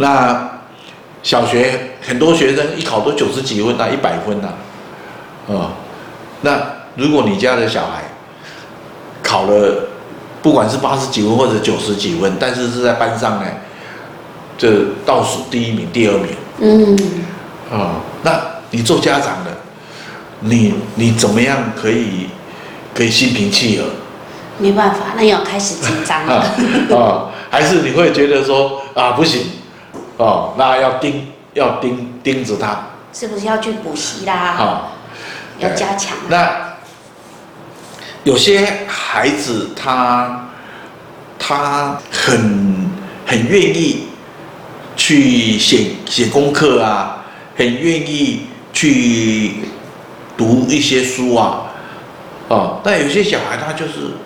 那小学很多学生一考都90几分啊，100分啊，那如果你家的小孩考了不管是80几分或者90几分，但是是在班上呢，这倒数第1名、第2名，那你做家长的，你怎么样可以心平气和？ 没办法，那要开始紧张了。 还是你会觉得说啊不行，那要盯着他， 是不是要去补习啦？要加强。 那有些孩子他很愿意去写功课啊，很愿意去读一些书啊，但有些小孩他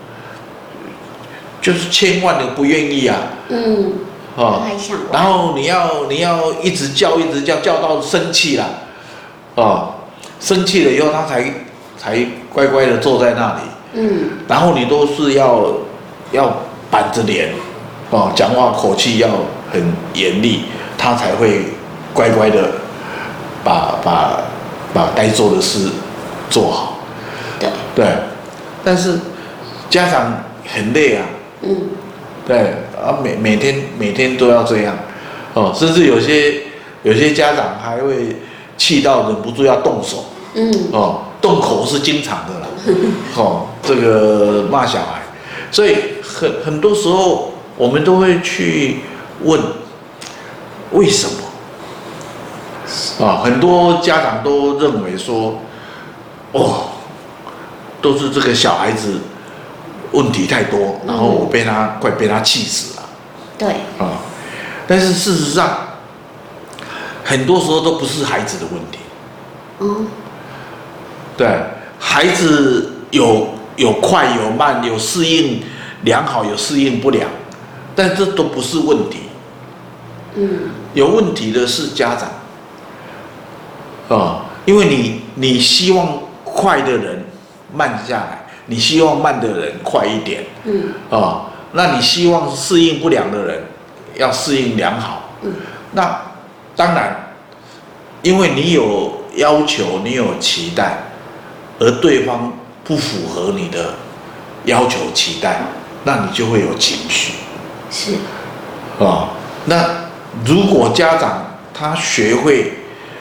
就是千万的不愿意啊， 他还想玩， 然后你要一直叫到生气了，生气了以后他才乖乖的坐在那里，然后你都是要板着脸，讲话口气要很严厉，他才会乖乖的把该做的事做好。对，但是家长很累啊，对啊，每天都要这样，甚至有些家长还会气到忍不住要动手，动口是经常的啦，这个骂小孩，所以很多时候我们都会去问为什么，很多家长都认为说，都是这个小孩子问题太多，然后我快被他气死了。 对。 但是事实上，很多时候都不是孩子的问题。对，孩子有快有慢，有适应良好，有适应不良，但这都不是问题。有问题的是家长。因为你希望快的人慢下来，你希望慢的人快一点，那你希望适应不良的人要适应良好，那当然，因为你有要求，你有期待，而对方不符合你的要求期待，那你就会有情绪。 是。 那如果家长他学会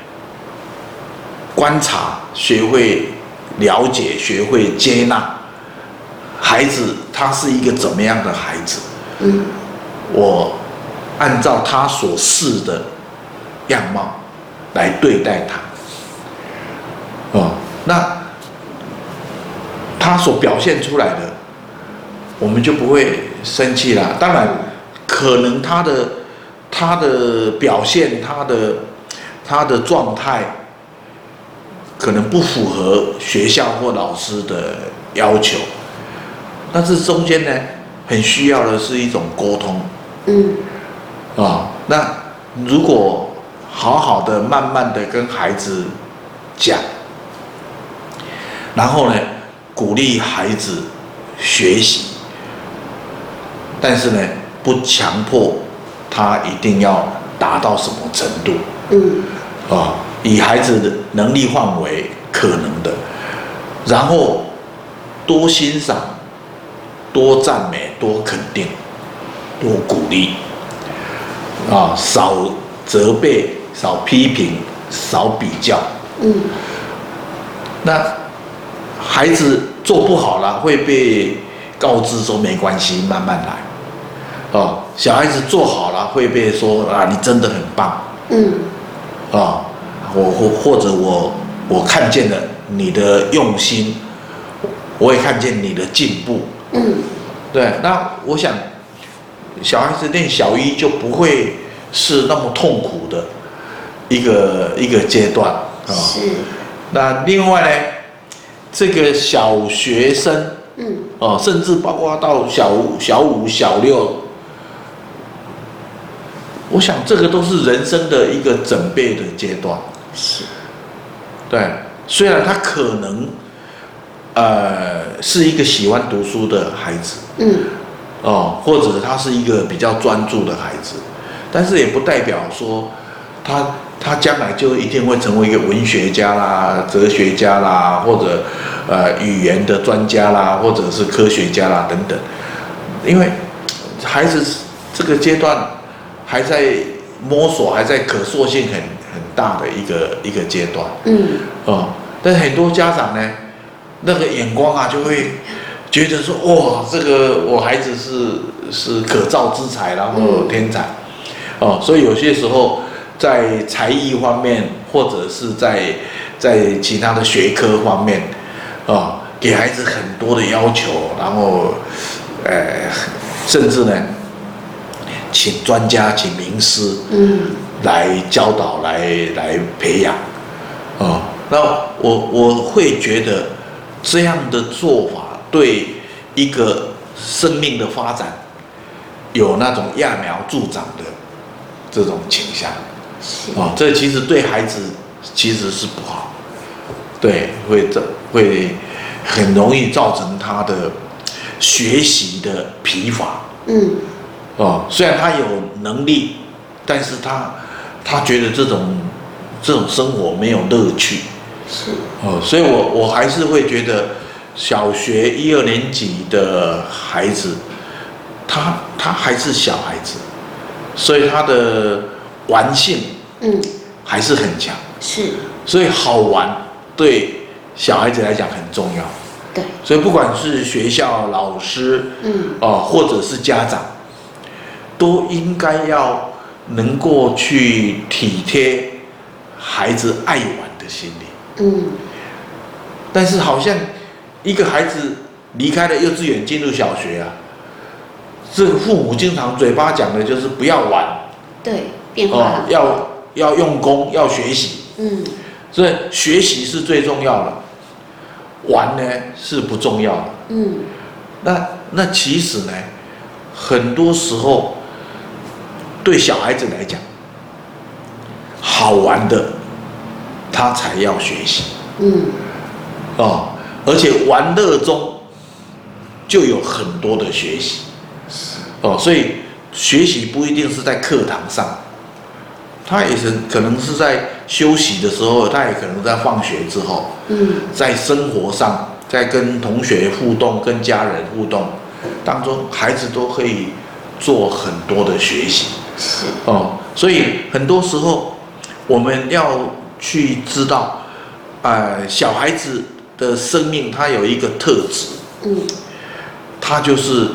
观察，学会了解，学会接纳孩子，他是一个怎么样的孩子？我按照他所示的样貌来对待他。那他所表现出来的，我们就不会生气啦。当然，可能他的表现，他的状态。可能不符合学校或老师的要求，但是中间呢，很需要的是一种沟通。那如果好好的、慢慢的跟孩子讲，然后呢，鼓励孩子学习，但是呢，不强迫他一定要达到什么程度。以孩子的能力范围可能的，然后多欣赏、多赞美、多肯定、多鼓励，少责备、少批评、少比较。那孩子做不好了，会被告知说没关系，慢慢来。小孩子做好了，会被说你真的很棒。或者我看见了你的用心，我也看见你的进步。对，那我想小孩子念小一就不会是那么痛苦的一个阶段。 是。 那另外呢，这个小学生，甚至包括到小五、小六。我想这个都是人生的一个准备的阶段。 是。 对，虽然他可能是一个喜欢读书的孩子，或者他是一个比较专注的孩子， 但是也不代表说他将来就一定会成为一个文学家啦、哲学家啦，或者语言的专家啦，或者是科学家啦等等。因为孩子这个阶段还在摸索，还在可塑性很大的一个阶段。但是很多家长呢，那个眼光啊，就会觉得说，哇，这个我孩子是可造之材，然后天才。所以有些时候在才艺方面，或者是在其他的学科方面，给孩子很多的要求，然后甚至呢，请专家、请名师，来教导、来培养，那我会觉得这样的做法对一个生命的发展有那种揠苗助长的这种倾向，这其实对孩子其实是不好，对，会很容易造成他的学习的疲乏。虽然他有能力，但是他觉得这种生活没有乐趣。所以我还是会觉得小学1、2年级的孩子，他还是小孩子，所以他的玩性还是很强。所以好玩对小孩子来讲很重要。 对， 所以不管是学校老师，或者是家长，都应该要能够去体贴孩子爱玩的心理。但是好像一个孩子离开了幼稚园进入小学啊，这个父母经常嘴巴讲的就是不要玩， 对，变化要用功，要学习。所以学习是最重要的，玩呢是不重要的。那其实呢，很多时候对小孩子来讲，好玩的他才要学习。而且玩乐中就有很多的学习。所以学习不一定是在课堂上，他也是可能是在休息的时候，他也可能在放学之后，在生活上，在跟同学互动、跟家人互动当中，孩子都可以做很多的学习。所以很多时候我们要去知道，小孩子的生命他有一个特质，他就是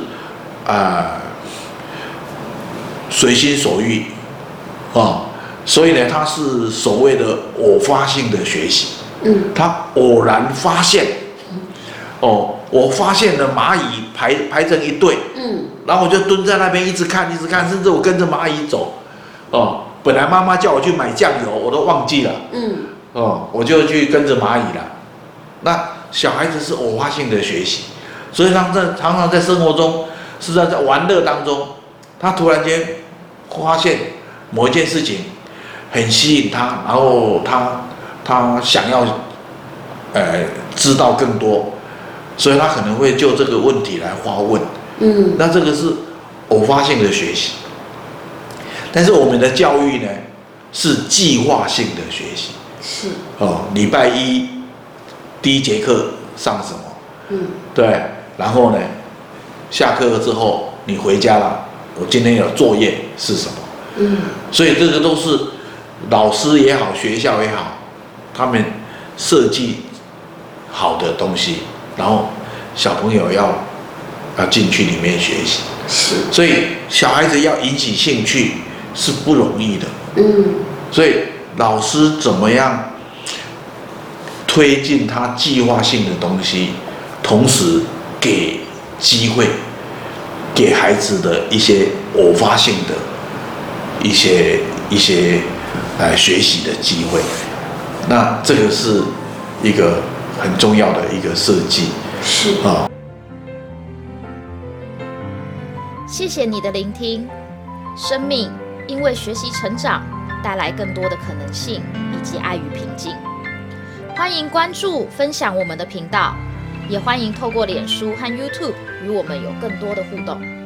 随心所欲，所以呢，他是所谓的偶发性的学习。他偶然发现，我发现了蚂蚁排成一队，然后我就蹲在那边一直看，甚至我跟着蚂蚁走，本来妈妈叫我去买酱油，我都忘记了，我就去跟着蚂蚁了。那小孩子是偶发性的学习，所以常常在生活中是在玩乐当中，他突然间发现某一件事情很吸引他，然后他想要知道更多，所以他可能会就这个问题来发问。那这个是偶发性的学习。但是我们的教育呢，是计划性的学习。礼拜一第1节课上什么？对，然后呢，下课之后你回家了，我今天有作业是什么？所以这个都是老师也好，学校也好，他们设计好的东西，然后小朋友要进去里面学习。所以小孩子要引起兴趣是不容易的。所以老师怎么样推进他计划性的东西，同时给机会给孩子的一些偶发性的一些学习的机会。那这个是一个很重要的一个设计。 谢谢你的聆听。生命因为学习成长，带来更多的可能性以及爱与平静。欢迎关注分享我们的频道，也欢迎透过脸书和 YouTube 与我们有更多的互动。